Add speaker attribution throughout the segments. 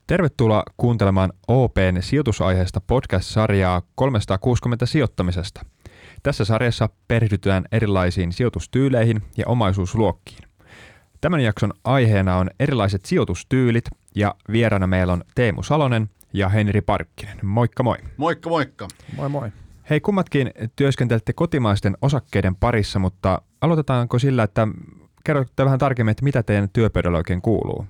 Speaker 1: Tervetuloa kuuntelemaan OP:n sijoitusaiheesta podcast-sarjaa 360 sijoittamisesta. Tässä sarjassa perehdytään erilaisiin sijoitustyyleihin ja omaisuusluokkiin. Tämän jakson aiheena on erilaiset sijoitustyylit ja vieraana meillä on Teemu Salonen ja Henri Parkkinen. Moikka moi.
Speaker 2: Moikka moikka.
Speaker 3: Moi moi.
Speaker 1: Hei, kummatkin työskentelette kotimaisten osakkeiden parissa, mutta aloitetaanko sillä, että kerrotte vähän tarkemmin, että mitä teidän työpöydällä oikein kuuluu?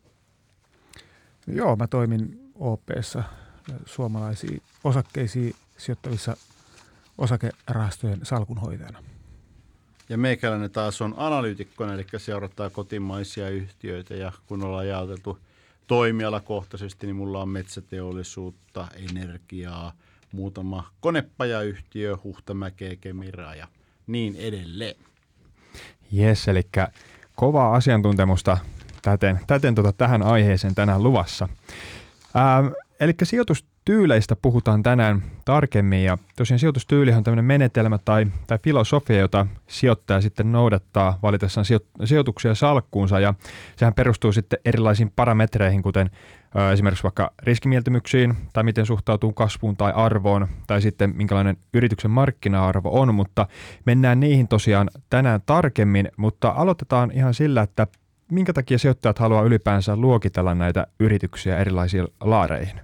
Speaker 3: Joo, mä toimin OP:ssa suomalaisiin osakkeisiin sijoittavissa osakerahastojen salkunhoitajana.
Speaker 2: Ja meikäläinen taas on analyytikkona, eli seurataan kotimaisia yhtiöitä, ja kun ollaan jaoteltu toimialakohtaisesti, niin mulla on metsäteollisuutta, energiaa, muutama konepajayhtiö, Huhtamäkeä, Kemiraa ja niin edelleen.
Speaker 1: Jes, eli kovaa asiantuntemusta täten tähän aiheeseen tänään luvassa. Eli sijoitustyyleistä puhutaan tänään tarkemmin, ja tosiaan sijoitustyyli on tämmöinen menetelmä tai filosofia, jota sijoittaja sitten noudattaa valitessaan sijoituksia salkkuunsa, ja sehän perustuu sitten erilaisiin parametreihin, kuten esimerkiksi vaikka riskimieltymyksiin, tai miten suhtautuu kasvuun tai arvoon, tai sitten minkälainen yrityksen markkina-arvo on, mutta mennään niihin tosiaan tänään tarkemmin, mutta aloitetaan ihan sillä, että minkä takia sijoittajat haluaa ylipäänsä luokitella näitä yrityksiä erilaisiin laareihin?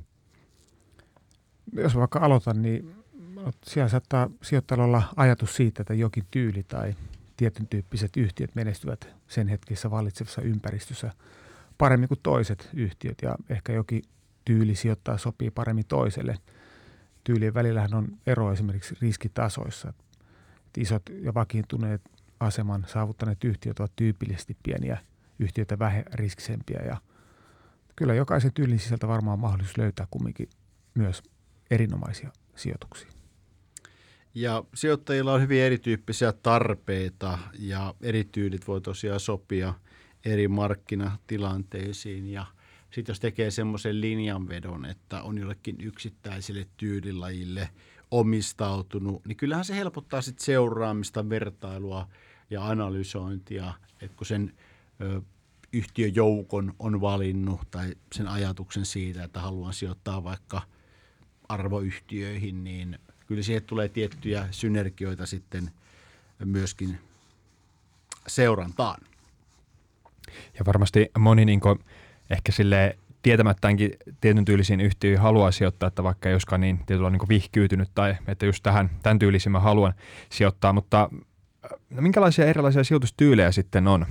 Speaker 3: Jos vaikka aloitan, niin siellä saattaa sijoittajalla olla ajatus siitä, että jokin tyyli tai tietyn tyyppiset yhtiöt menestyvät sen hetkessä vallitsevassa ympäristössä paremmin kuin toiset yhtiöt, ja ehkä jokin tyyli sijoittaa sopii paremmin toiselle. Tyylien välillähän on ero esimerkiksi riskitasoissa. Isot ja vakiintuneet aseman saavuttaneet yhtiöt ovat tyypillisesti pieniä yhtiöitä vähäriskisempiä, ja kyllä jokaisen tyylin sisältä varmaan on mahdollisuus löytää kumminkin myös erinomaisia sijoituksia.
Speaker 2: Ja sijoittajilla on hyvin erityyppisiä tarpeita, ja eri tyylit voi tosiaan sopia eri markkinatilanteisiin, ja sitten jos tekee semmoisen linjanvedon, että on jollekin yksittäiselle tyylilajille omistautunut, niin kyllähän se helpottaa sitten seuraamista, vertailua ja analysointia, että kun sen yhtiöjoukon on valinnut tai sen ajatuksen siitä, että haluan sijoittaa vaikka arvoyhtiöihin, niin kyllä siihen tulee tiettyjä synergioita sitten myöskin seurantaan.
Speaker 1: Ja varmasti moni ehkä silleen tietämättäänkin tietyn tyylisiin yhtiöihin haluaa sijoittaa, että vaikka ei joskaan niin tietyllä vihkyytynyt tai että just tämän tyylisiin mä haluan sijoittaa, mutta minkälaisia erilaisia sijoitustyylejä sitten on?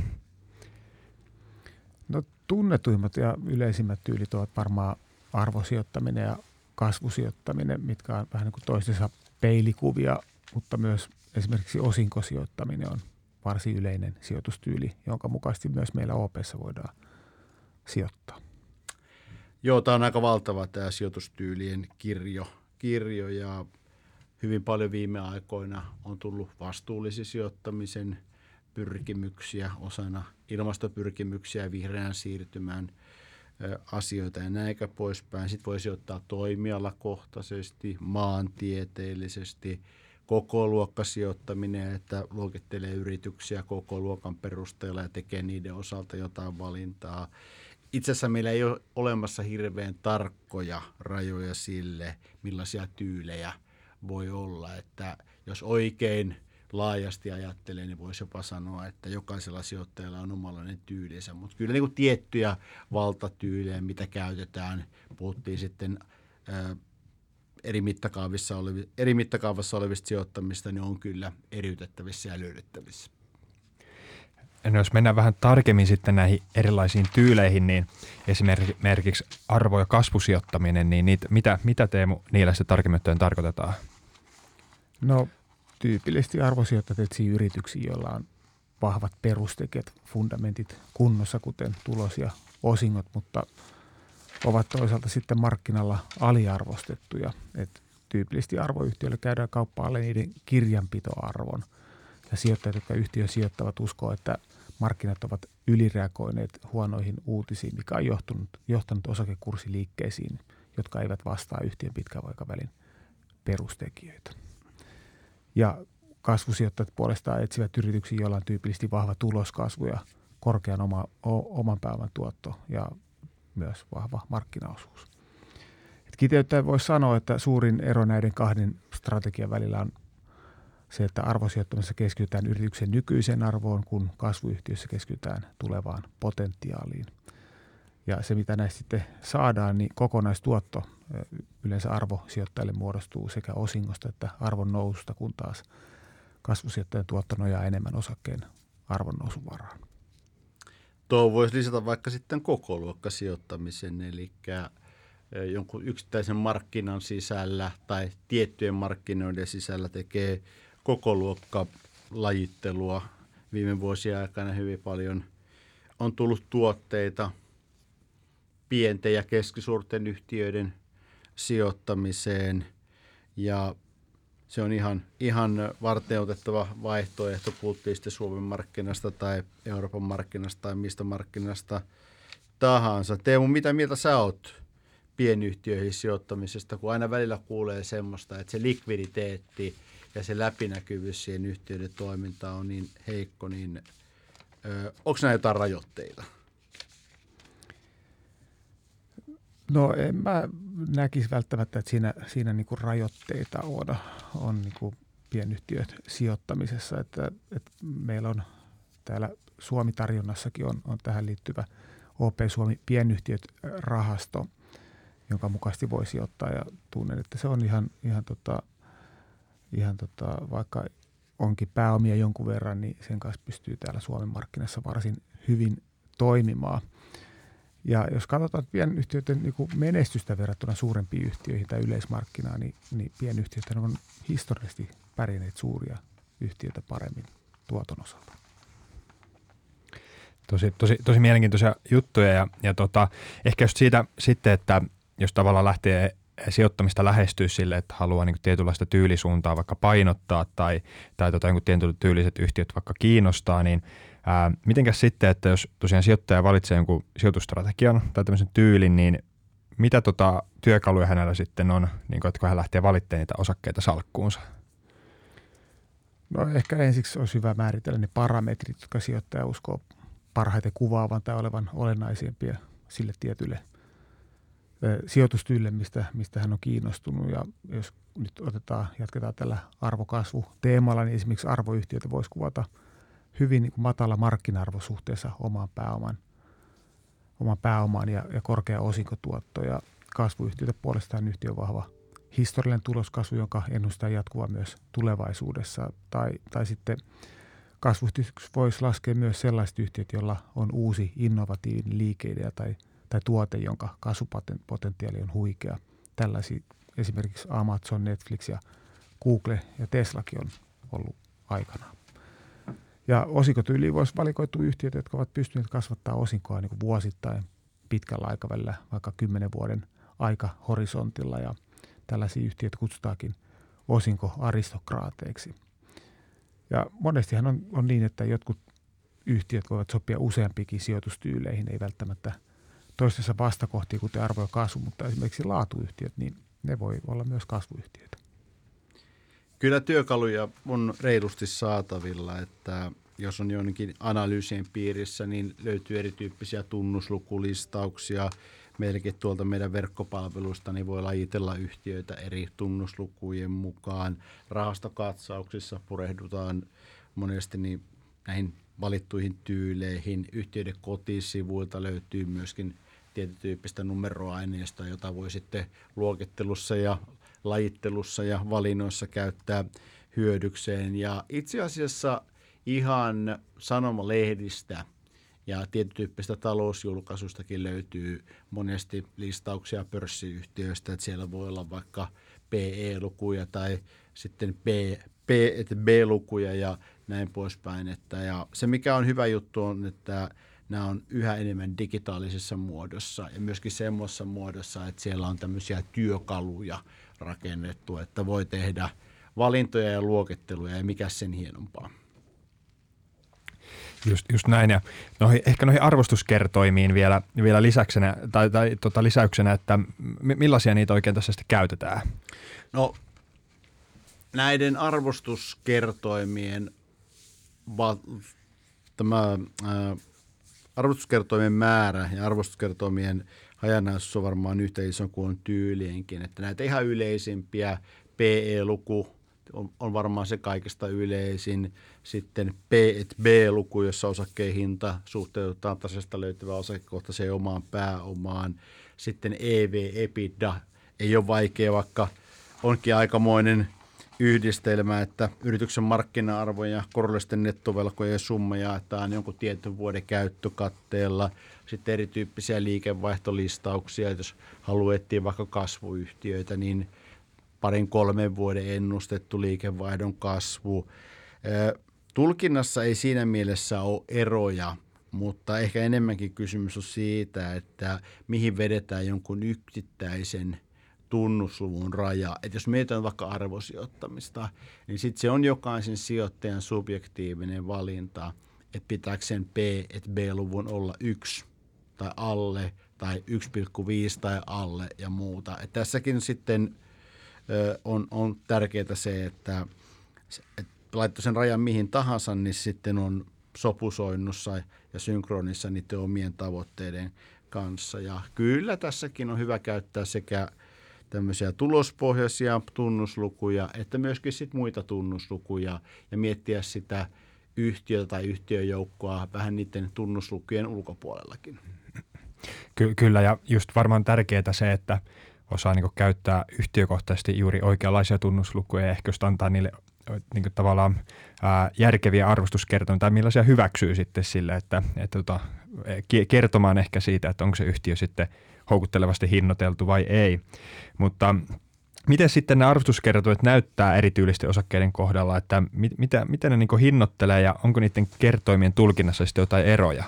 Speaker 3: No, tunnetuimmat ja yleisimmät tyylit ovat varmaan arvosijoittaminen ja kasvusijoittaminen, mitkä on vähän niin kuin toistensa peilikuvia, mutta myös esimerkiksi osinkosijoittaminen on varsin yleinen sijoitustyyli, jonka mukaisesti myös meillä OP:ssa voidaan sijoittaa.
Speaker 2: Joo, tämä on aika valtava tämä sijoitustyylien kirjo, ja hyvin paljon viime aikoina on tullut vastuullisen sijoittamisen pyrkimyksiä osana ilmastopyrkimyksiä, vihreän siirtymään asioita ja näinkä poispäin. Sitten voi sijoittaa toimialakohtaisesti, maantieteellisesti, koko luokkasijoittaminen, että luokittelee yrityksiä koko luokan perusteella ja tekee niiden osalta jotain valintaa. Itse asiassa meillä ei ole olemassa hirveän tarkkoja rajoja sille, millaisia tyylejä voi olla, että jos oikein laajasti ajattelee, niin voisi jopa sanoa, että jokaisella sijoittajalla on omanlainen tyylinsä, mutta kyllä niin kuin tiettyjä valtatyylejä, mitä käytetään, puhuttiin sitten eri mittakaavassa olevista sijoittamista, niin on kyllä eriytettävissä ja löydettävissä.
Speaker 1: No, jos mennään vähän tarkemmin sitten näihin erilaisiin tyyleihin, niin esimerkiksi arvo- ja kasvusijoittaminen, niin mitä Teemu niillä sitten tarkemmin tarkoitetaan?
Speaker 3: No, tyypillisesti arvosijoittajat etsii yrityksiä, joilla on vahvat perustekijät, fundamentit kunnossa, kuten tulos ja osingot, mutta ovat toisaalta sitten markkinalla aliarvostettuja. Et tyypillisesti arvoyhtiöillä käydään kauppaa alle niiden kirjanpitoarvon. Ja sijoittajat, jotka yhtiöön sijoittavat, uskoo, että markkinat ovat ylireagoineet huonoihin uutisiin, mikä on johtanut osakekurssiliikkeisiin, jotka eivät vastaa yhtiön pitkän aikavälin perustekijöitä. Ja kasvusijoittajat puolestaan etsivät yrityksiä, joilla on tyypillisesti vahva tuloskasvu ja korkean oman pääoman tuotto. Ja myös vahva markkinaosuus. Kiteyttäen voisi sanoa, että suurin ero näiden kahden strategian välillä on se, että arvosijoittamisessa keskitytään yrityksen nykyiseen arvoon, kun kasvuyhtiössä keskitytään tulevaan potentiaaliin. Ja se, mitä näistä sitten saadaan, niin kokonaistuotto yleensä arvosijoittajille muodostuu sekä osingosta että arvon noususta, kun taas kasvusijoittajan tuotto nojaa enemmän osakkeen arvon nousun varaan.
Speaker 2: Tuo voisi lisätä vaikka sitten kokoluokkasijoittamisen, eli jonkun yksittäisen markkinan sisällä tai tiettyjen markkinoiden sisällä tekee kokoluokkalajittelua. Viime vuosien aikana hyvin paljon on tullut tuotteita pienten ja keskisuurten yhtiöiden sijoittamiseen ja se on ihan varteenotettava vaihtoehto. Puhuttiin sitten Suomen markkinasta tai Euroopan markkinasta tai mistä markkinasta tahansa. Teemu, mitä mieltä sä oot pienyhtiöihin sijoittamisesta, kun aina välillä kuulee semmoista, että se likviditeetti ja se läpinäkyvyys siihen yhtiöiden toimintaan on niin heikko, niin onko nämä jotain rajoitteita?
Speaker 3: No en mä näkisi välttämättä, että siinä niinku rajoitteita on niinku pienyhtiöt sijoittamisessa. Että meillä on täällä Suomi-tarjonnassakin on tähän liittyvä OP Suomi pienyhtiöt-rahasto, jonka mukaisesti voi sijoittaa ja tunnen, että se on ihan vaikka onkin pääomia jonkun verran, niin sen kanssa pystyy täällä Suomen markkinassa varsin hyvin toimimaan. Ja jos katsotaan pienyhtiöiden niin menestystä verrattuna suurempiin yhtiöihin tai yleismarkkinaan, niin pienyhtiöt on historiallisesti pärjänneet suuria yhtiöitä paremmin tuoton osalta.
Speaker 1: Tosi mielenkiintoisia juttuja ja ehkä just siitä sitten, että jos tavallaan lähtee sijoittamista lähestyä sille, että haluaa niin kuin tietynlaista tyylisuuntaa vaikka painottaa tai jonkun tietyn tyyliset yhtiöt vaikka kiinnostaa, niin mitenkäs sitten, että jos tosiaan sijoittaja valitsee jonkun sijoitusstrategian tai tämmöisen tyylin, niin mitä työkaluja hänellä sitten on, niin kuin, että kun hän lähtee valittamaan niitä osakkeita salkkuunsa?
Speaker 3: No ehkä ensiksi olisi hyvä määritellä ne parametrit, jotka sijoittaja uskoo parhaiten kuvaavan tai olevan olennaisempia sille tietylle sijoitustyille, mistä hän on kiinnostunut. Ja jos nyt jatketaan tällä arvokasvuteemalla, niin esimerkiksi arvoyhtiöitä voisi kuvata hyvin niin kuin matala markkina-arvo suhteessa omaan pääomaan ja korkea osinkotuotto. Ja kasvuyhtiöitä puolestaan yhtiön vahva historiallinen tuloskasvu, jonka ennustaa jatkuva myös tulevaisuudessa. Tai sitten kasvuyhtiöksi voisi laskea myös sellaiset yhtiöt, joilla on uusi innovatiivinen liikeidea tai tuote, jonka kasvupotentiaali on huikea. Tällaisia esimerkiksi Amazon, Netflix ja Google ja Teslakin on ollut aikanaan. Ja osinkotyyliin voisi valikoitua yhtiöitä, jotka ovat pystyneet kasvattaa osinkoa niin kuin vuosittain pitkällä aikavälillä, vaikka 10 vuoden aikahorisontilla. Ja tällaisia yhtiöitä kutsutaankin osinkoaristokraateiksi. Ja monestihan on niin, että jotkut yhtiöt voivat sopia useampikin sijoitustyyleihin, ei välttämättä toistensa vastakohtia, kuten arvo ja kasvu, mutta esimerkiksi laatuyhtiöt, niin ne voi olla myös kasvuyhtiöitä.
Speaker 2: Kyllä työkaluja on reilusti saatavilla, että jos on jonnekin analyysien piirissä, niin löytyy erityyppisiä tunnuslukulistauksia. Meilläkin tuolta meidän verkkopalvelusta niin voi lajitella yhtiöitä eri tunnuslukujen mukaan. Rahastokatsauksissa purehdutaan monesti niin näihin valittuihin tyyleihin. Yhtiöiden kotisivuilta löytyy myöskin tietytyyppistä numeroaineistoa, jota voi sitten luokittelussa ja lajittelussa ja valinnoissa käyttää hyödykseen. Ja itse asiassa ihan sanomalehdistä ja tietytyyppistä talousjulkaisustakin löytyy monesti listauksia pörssiyhtiöistä, että siellä voi olla vaikka PE-lukuja tai sitten B-lukuja ja näin poispäin. Ja se mikä on hyvä juttu on, että nämä on yhä enemmän digitaalisessa muodossa ja myöskin semmoisessa muodossa, että siellä on tämmöisiä työkaluja rakennettu, että voi tehdä valintoja ja luokitteluja ja mikä sen hienompaa.
Speaker 1: Just näin. Ja ehkä noihin arvostuskertoimiin vielä lisäyksenä, lisäyksenä, että millaisia niitä oikein tässä sitten käytetään?
Speaker 2: No näiden arvostuskertoimien arvostuskertoimien määrä ja arvostuskertoimien hajanaisuus on varmaan yhtä iso kuin tyylienkin. Että näitä ihan yleisimpiä, PE-luku on varmaan se kaikista yleisin. Sitten P&B-luku, jossa osakkeen hinta suhteutetaan taseesta löytyvään osakekohtaiseen omaan pääomaan. Sitten EV-EBITDA ei ole vaikea, vaikka onkin aikamoinen yhdistelmä, että yrityksen markkina-arvo ja korollisten nettovelkojen summa jaetaan jonkun tietyn vuoden käyttökatteella. Sitten erityyppisiä liikevaihtolistauksia, jos haluaa etsiä vaikka kasvuyhtiöitä, niin 2-3 vuoden ennustettu liikevaihdon kasvu. Tulkinnassa ei siinä mielessä ole eroja, mutta ehkä enemmänkin kysymys on siitä, että mihin vedetään jonkun yksittäisen tunnusluvun raja. Että jos mietitään vaikka arvosijoittamista, niin sitten se on jokaisen sijoittajan subjektiivinen valinta, että pitääkö sen P&B-luvun olla 1 tai alle tai 1,5 tai alle ja muuta. Et tässäkin sitten on tärkeää se, että laittaa sen rajan mihin tahansa, niin sitten on sopusoinnussa ja synkronissa niiden omien tavoitteiden kanssa. Ja kyllä tässäkin on hyvä käyttää sekä tämmöisiä tulospohjaisia tunnuslukuja, että myöskin sit muita tunnuslukuja ja miettiä sitä yhtiötä tai yhtiöjoukkoa vähän niiden tunnuslukujen ulkopuolellakin.
Speaker 1: Kyllä, ja just varmaan tärkeää se, että osaa niin kuin käyttää yhtiökohtaisesti juuri oikeanlaisia tunnuslukuja ja ehkä just antaa niille niin kuin tavallaan järkeviä arvostuskertoimia tai millaisia hyväksyy sitten sille, että kertomaan ehkä siitä, että onko se yhtiö sitten houkuttelevasti hinnoiteltu vai ei. Mutta miten sitten nämä arvostuskertoimet näyttää erityylisten osakkeiden kohdalla, että miten ne niin kuin hinnoittelee ja onko niiden kertoimien tulkinnassa sitten jotain eroja?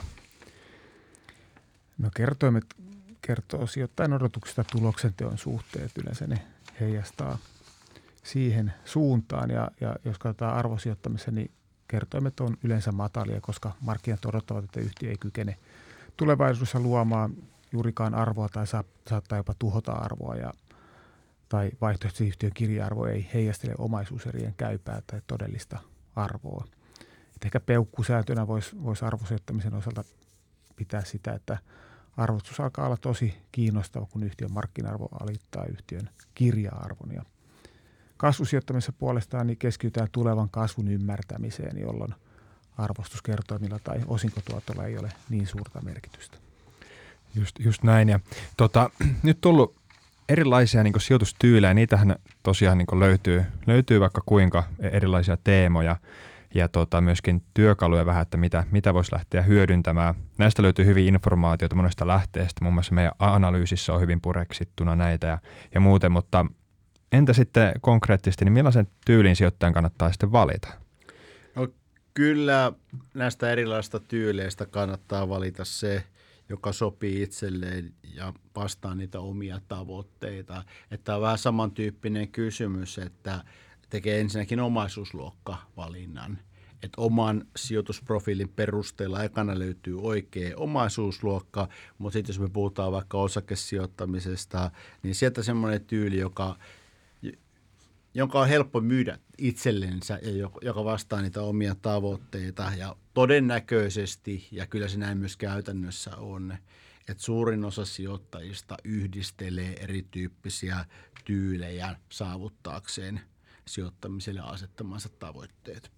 Speaker 3: No kertoimet kertoo sijoittajan odotuksista tuloksenteon suhteet. Yleensä ne heijastaa siihen suuntaan ja jos katsotaan arvosijoittamista, niin kertoimet on yleensä matalia, koska markkinat odottavat, että yhtiö ei kykene tulevaisuudessa luomaan juurikaan arvoa tai saattaa jopa tuhota arvoa tai vaihtoehtoisesti yhtiön kirja-arvo ei heijastele omaisuuserien käypää tai todellista arvoa. Et ehkä peukkusääntönä voisi arvosijoittamisen osalta pitää sitä, että arvostus alkaa olla tosi kiinnostava, kun yhtiön markkina-arvo alittaa yhtiön kirja-arvon. Ja kasvusijoittamisessa puolestaan niin keskitytään tulevan kasvun ymmärtämiseen, jolloin arvostuskertoimilla tai osinkotuotolla ei ole niin suurta merkitystä.
Speaker 1: Just näin. Ja nyt tullut erilaisia niin kuin sijoitustyylejä. Niitähän tosiaan niin kuin löytyy vaikka kuinka erilaisia teemoja ja myöskin työkaluja vähän, että mitä voisi lähteä hyödyntämään. Näistä löytyy hyvin informaatiota monesta lähteestä. Muun muassa meidän analyysissä on hyvin pureksittuna näitä ja muuten, mutta entä sitten konkreettisesti, niin millaisen tyylin sijoittajan kannattaa sitten valita?
Speaker 2: No, kyllä näistä erilaisista tyyleistä kannattaa valita se, joka sopii itselleen ja vastaa niitä omia tavoitteita. Että on vähän samantyyppinen kysymys, että tekee ensinnäkin omaisuusluokkavalinnan. Että oman sijoitusprofiilin perusteella ekana löytyy oikea omaisuusluokka, mutta sitten jos me puhutaan vaikka osakesijoittamisesta, niin sieltä semmoinen tyyli, jonka on helppo myydä itsellensä ja joka vastaa niitä omia tavoitteita. Ja todennäköisesti, ja kyllä se näin myös käytännössä on, että suurin osa sijoittajista yhdistelee erityyppisiä tyylejä saavuttaakseen sijoittamiselle asettamansa tavoitteet.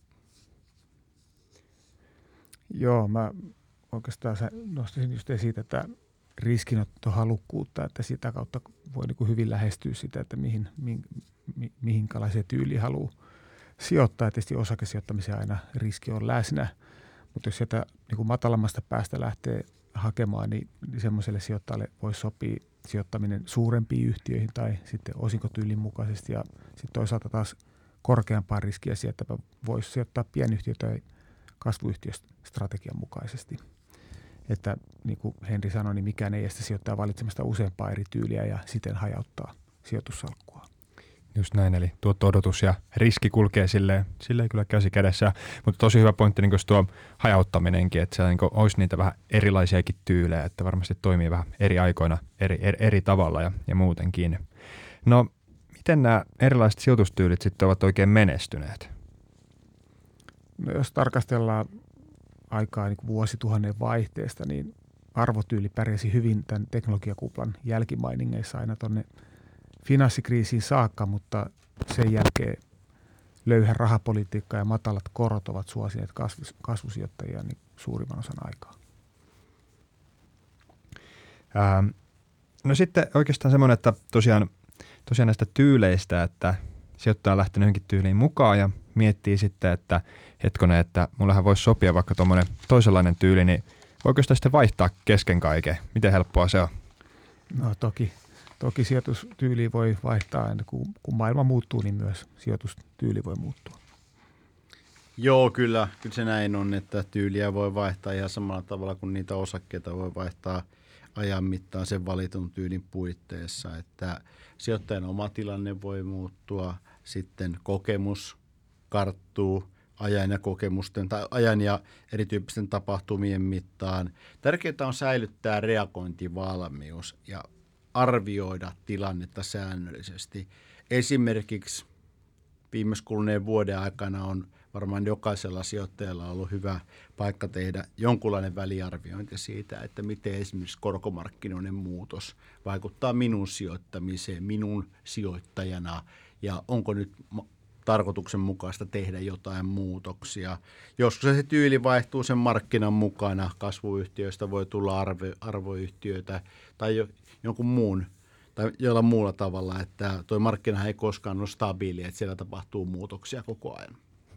Speaker 3: Joo, mä oikeastaan nostaisin just siitä, että riskinottohalukkuutta, että sitä kautta voi niin kuin hyvin lähestyä sitä, että mihinkälaiseen tyyliin haluaa sijoittaa. Ja tietysti osakesijoittamisen aina riski on läsnä, mutta jos sieltä niin kuin matalammasta päästä lähtee hakemaan, niin semmoiselle sijoittajalle voi sopia sijoittaminen suurempiin yhtiöihin tai sitten osinkotyylin mukaisesti ja sitten toisaalta taas korkeampaa riskiä sieltä voisi sijoittaa pienyhtiö tai kasvuyhtiöstrategian mukaisesti. Että niin kuin Henri sanoi, niin mikään ei estä sijoittaa valitsemasta useampaa eri tyyliä ja siten hajauttaa sijoitussalkkua.
Speaker 1: Just näin, eli tuotto-odotus ja riski kulkee silleen kyllä käsi kädessä, mutta tosi hyvä pointti niin tuo hajauttaminenkin, että siellä niin olisi niitä vähän erilaisiakin tyylejä, että varmasti toimii vähän eri aikoina eri tavalla ja muutenkin. No, miten nämä erilaiset sijoitustyylit sitten ovat oikein menestyneet?
Speaker 3: No, jos tarkastellaan aikaa niin vuosituhannen vaihteesta, niin arvotyyli pärjäsi hyvin tämän teknologiakuplan jälkimainingeissa aina tuonne finanssikriisiin saakka, mutta sen jälkeen löyhä rahapolitiikka ja matalat korot ovat suosineet kasvusijoittajia niin suurimman osan aikaa.
Speaker 1: No sitten oikeastaan semmoinen, että tosiaan näistä tyyleistä, että sijoittaja on lähtenyt johonkin tyyliin mukaan ja miettii sitten, että hetkonen, että mullahan voisi sopia vaikka tuommoinen toisenlainen tyyli, niin voiko sitä sitten vaihtaa kesken kaiken? Miten helppoa se on?
Speaker 3: No toki sijoitustyyli voi vaihtaa aina, kun maailma muuttuu, niin myös sijoitustyyli voi muuttua.
Speaker 2: Joo, kyllä se näin on, että tyyliä voi vaihtaa ihan samalla tavalla kuin niitä osakkeita voi vaihtaa ajan mittaan sen valitun tyylin puitteissa, että sijoittajan oma tilanne voi muuttua, sitten kokemus karttuu ajan ja erityyppisten tapahtumien mittaan. Tärkeää on säilyttää reagointivalmius ja arvioida tilannetta säännöllisesti. Esimerkiksi viimeis kuluneen vuoden aikana on varmaan jokaisella sijoittajalla ollut hyvä paikka tehdä jonkunlainen väliarviointi siitä, että miten esimerkiksi korkomarkkinoiden muutos vaikuttaa minun sijoittamiseen, minun sijoittajana ja onko nyt tarkoituksenmukaista tehdä jotain muutoksia. Joskus se tyyli vaihtuu sen markkinan mukana. Kasvuyhtiöistä voi tulla arvoyhtiöitä tai jonkun muun tai jollain muulla tavalla, että tuo markkina ei koskaan ole stabiili, että siellä tapahtuu muutoksia koko ajan.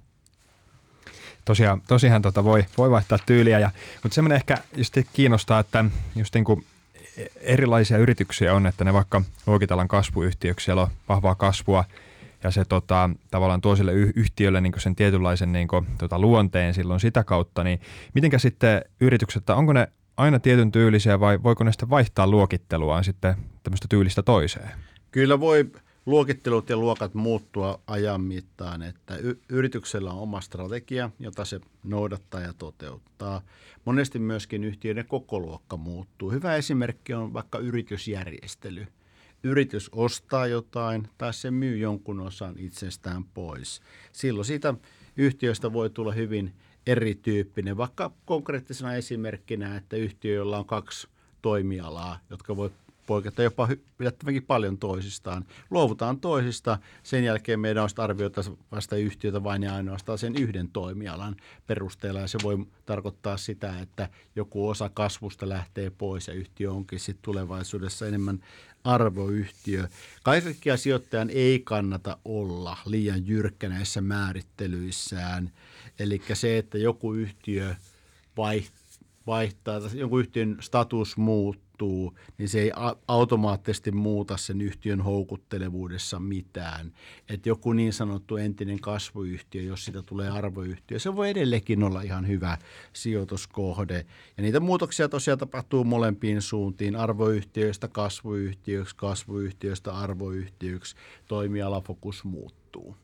Speaker 1: Tosiaan voi vaihtaa tyyliä, mutta semmoinen ehkä just kiinnostaa, että just niin kuin erilaisia yrityksiä on, että ne vaikka luokitellaan kasvuyhtiöksi, siellä on vahvaa kasvua ja se tavallaan tuo sille yhtiölle niin kuin sen tietynlaisen niin kuin, luonteen silloin sitä kautta, niin mitenkä sitten yritykset, että onko ne aina tietyn tyylisiä vai voiko ne sitten vaihtaa luokitteluaan sitten tämmöistä tyylistä toiseen?
Speaker 2: Kyllä voi luokittelut ja luokat muuttua ajan mittaan, että yrityksellä on oma strategia, jota se noudattaa ja toteuttaa. Monesti myöskin yhtiöiden kokoluokka muuttuu. Hyvä esimerkki on vaikka yritysjärjestely. Yritys ostaa jotain tai se myy jonkun osan itsestään pois. Silloin siitä yhtiöstä voi tulla hyvin erityyppinen, vaikka konkreettisena esimerkkinä, että yhtiö, jolla on 2 toimialaa, jotka voi poiketa jopa yllättävänkin paljon toisistaan. Luovutaan toisista, sen jälkeen meidän on arvioita vasta yhtiötä vain ja ainoastaan sen yhden toimialan perusteella. Ja se voi tarkoittaa sitä, että joku osa kasvusta lähtee pois ja yhtiö onkin sitten tulevaisuudessa enemmän arvoyhtiö. Kaikkia sijoittajan ei kannata olla liian jyrkkä näissä määrittelyissään. Eli se, että joku yhtiö vaihtaa, jonkun yhtiön status muuttuu, niin se ei automaattisesti muuta sen yhtiön houkuttelevuudessa mitään. Että joku niin sanottu entinen kasvuyhtiö, jos siitä tulee arvoyhtiö, se voi edelleenkin olla ihan hyvä sijoituskohde. Ja niitä muutoksia tosiaan tapahtuu molempiin suuntiin, arvoyhtiöistä kasvuyhtiöksi, kasvuyhtiöistä arvoyhtiöksi, toimialafokus muuttuu.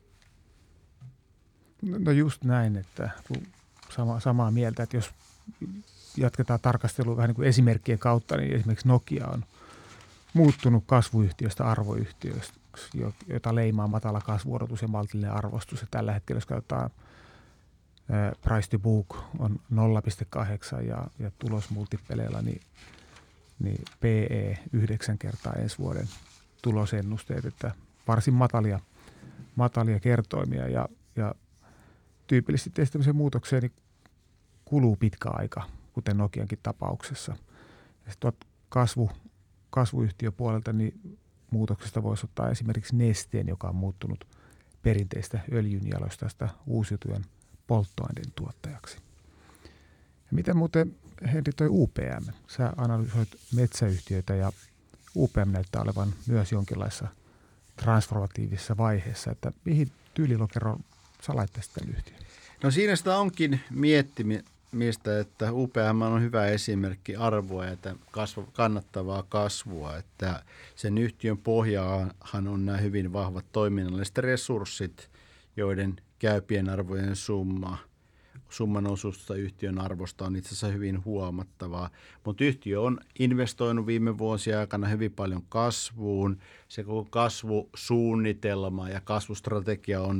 Speaker 3: No just näin, että samaa mieltä, että jos jatketaan tarkastelua vähän niin kuin esimerkkien kautta, niin esimerkiksi Nokia on muuttunut kasvuyhtiöstä arvoyhtiöstä, jota leimaa matala kasvuodotus ja maltillinen arvostus. Ja tällä hetkellä, jos katsotaan price to book on 0,8 ja tulosmultipeleillä, niin PE 9 kertaa ensi vuoden tulosennusteet, että varsin matalia kertoimia ja tyypillisesti tehdään muutokseen niin kuluu pitkä aika, kuten Nokiankin tapauksessa. Ja sitten kasvuyhtiöpuolelta niin muutoksesta voisi ottaa esimerkiksi Nesteen, joka on muuttunut perinteistä öljynjalostajasta uusiutuvan polttoaineen tuottajaksi. Ja miten muuten, Henri, toi UPM? Sä analysoit metsäyhtiöitä ja UPM näyttää olevan myös jonkinlaisessa transformatiivisessa vaiheessa, että mihin tyylilokeroon sä laittaisit tämän yhtiön?
Speaker 2: No siinä sitä onkin miettimistä, että UPM on hyvä esimerkki arvoa ja kannattavaa kasvua, että sen yhtiön pohjaahan on nämä hyvin vahvat toiminnalliset resurssit, joiden käypien arvojen summan osuusta yhtiön arvosta on itse asiassa hyvin huomattavaa, mutta yhtiö on investoinut viime vuosien aikana hyvin paljon kasvuun. Se koko kasvusuunnitelma ja kasvustrategia on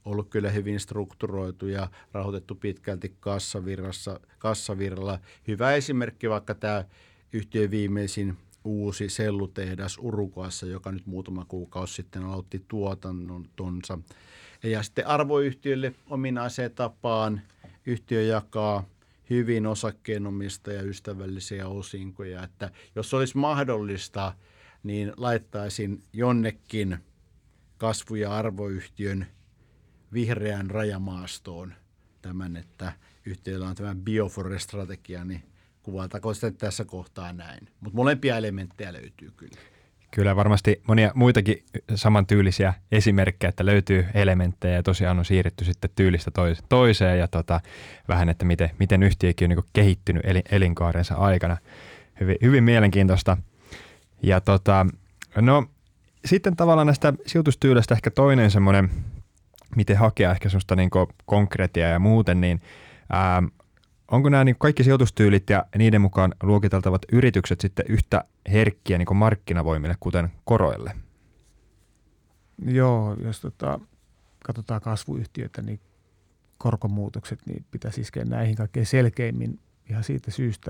Speaker 2: ollut kyllä hyvin strukturoitu ja rahoitettu pitkälti kassavirralla. Hyvä esimerkki vaikka tämä yhtiön viimeisin uusi sellutehdas Uruguayssa, joka nyt muutama kuukausi sitten aloitti tuotantonsa. Ja sitten arvoyhtiölle ominaiseen tapaan yhtiö jakaa hyvin osakkeenomistajaystävällisiä osinkoja, että jos olisi mahdollista, niin laittaisin jonnekin kasvu- ja arvoyhtiön vihreään rajamaastoon tämän, että yhtiöllä on tämä bioforest-strategia, niin kuvataanko sitä tässä kohtaa näin. Mutta molempia elementtejä löytyy kyllä.
Speaker 1: Kyllä varmasti monia muitakin samantyylisiä esimerkkejä, että löytyy elementtejä ja tosiaan on siirretty sitten tyylistä toiseen ja vähän, että miten yhtiökin on niin kuin kehittynyt elinkaarensa aikana. Hyvin mielenkiintoista. Ja no sitten tavallaan näistä sijoitustyyleistä ehkä toinen semmoinen, miten hakea ehkä semmoista niin kuin konkretiaa ja muuten, niin onko nämä niin kaikki sijoitustyylit ja niiden mukaan luokiteltavat yritykset sitten yhtä herkkiä niin kuin markkinavoimille, kuten koroille?
Speaker 3: Joo, jos katsotaan kasvuyhtiöitä, niin korkomuutokset niin pitäisi iskeä näihin kaikkein selkeimmin ihan siitä syystä,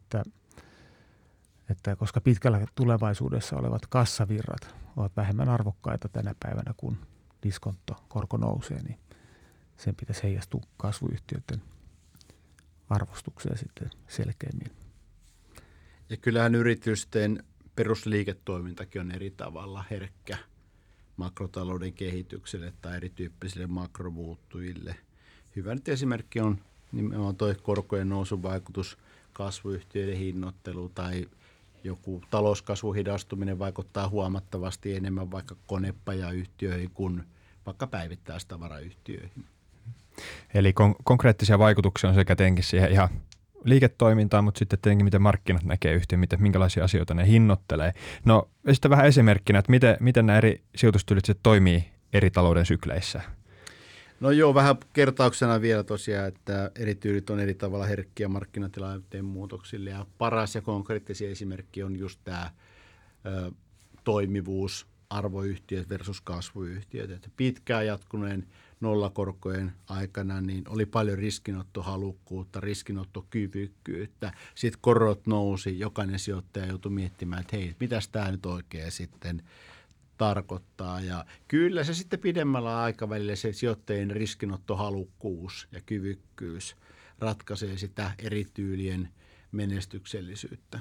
Speaker 3: että koska pitkällä tulevaisuudessa olevat kassavirrat ovat vähemmän arvokkaita tänä päivänä, kun diskonttokorko nousee, niin sen pitäisi heijastua kasvuyhtiöiden arvostukseen sitten selkeämmin.
Speaker 2: Ja kyllähän yritysten perusliiketoimintakin on eri tavalla herkkä makrotalouden kehitykselle tai erityyppisille makromuuttujille. Hyvä nyt esimerkki on nimenomaan tuo korkojen nousun vaikutus kasvuyhtiöiden hinnoittelu tai joku talouskasvun hidastuminen vaikuttaa huomattavasti enemmän vaikka konepajayhtiöihin kuin vaikka päivittäistavarayhtiöihin. Eli
Speaker 1: konkreettisia vaikutuksia on sekä tietenkin siihen ihan liiketoimintaan, mutta sitten tietenkin miten markkinat näkee yhtiön, minkälaisia asioita ne hinnoittelee. No sitten vähän esimerkkinä, että miten nämä eri sijoitustyylit toimii eri talouden sykleissä.
Speaker 2: No joo, vähän kertauksena vielä tosiaan, että eri tyylit on eri tavalla herkkiä markkinatilanteen muutoksille ja paras ja konkreettisia esimerkki on just tämä toimivuus, arvoyhtiöt versus kasvuyhtiöt. Että pitkään jatkuneen nollakorkojen aikana niin oli paljon riskinottohalukkuutta, riskinottokyvykkyyttä. Sitten korot nousi, jokainen sijoittaja joutui miettimään, että hei, mitäs tämä nyt oikein sitten tarkoittaa. Ja kyllä se sitten pidemmällä aikavälillä se sijoittajien riskinottohalukkuus ja kyvykkyys ratkaisee sitä eri tyylien menestyksellisyyttä.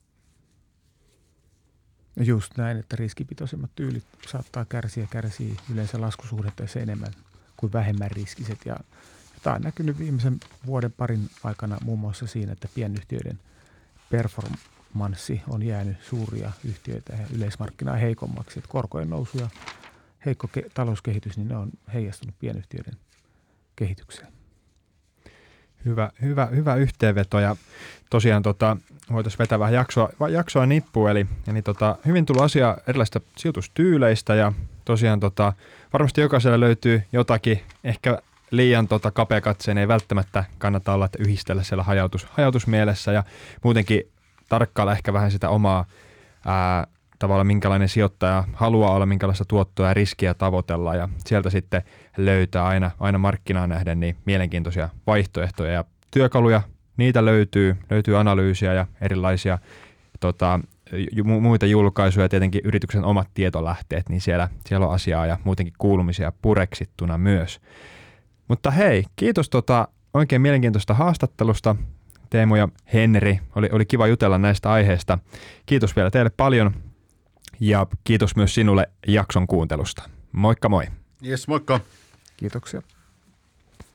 Speaker 3: Just näin, että riskipitoisemmat tyylit saattaa kärsii yleensä laskusuhdanteessa enemmän kuin vähemmän riskiset. Ja tämä on näkynyt viimeisen vuoden parin aikana muun muassa siinä, että pienyhtiöiden performanssi on jäänyt suuria yhtiöitä ja yleismarkkinaa heikommaksi. Että korkojen nousu ja heikko talouskehitys, niin ne on heijastunut pienyhtiöiden kehitykseen.
Speaker 1: Hyvä yhteenveto ja tosiaan voitaisiin vetää vähän jaksoa nippuun. Eli hyvin tullut asia erilaisista sijoitustyyleistä ja tosiaan varmasti jokaisella löytyy jotakin, ehkä liian kapeakatseen ei välttämättä kannata olla, että yhdistellä siellä hajautusmielessä ja muutenkin tarkkailla ehkä vähän sitä omaa tavallaan minkälainen sijoittaja haluaa olla, minkälaista tuottoa ja riskiä tavoitella ja sieltä sitten löytää aina markkinaan nähden niin mielenkiintoisia vaihtoehtoja ja työkaluja, niitä löytyy analyysiä ja erilaisia muita julkaisuja, tietenkin yrityksen omat tietolähteet, niin siellä on asiaa ja muutenkin kuulumisia pureksittuna myös. Mutta hei, kiitos oikein mielenkiintoista haastattelusta. Teemu ja Henri, oli kiva jutella näistä aiheista. Kiitos vielä teille paljon ja kiitos myös sinulle jakson kuuntelusta. Moikka moi!
Speaker 2: Yes, moikka!
Speaker 3: Kiitoksia.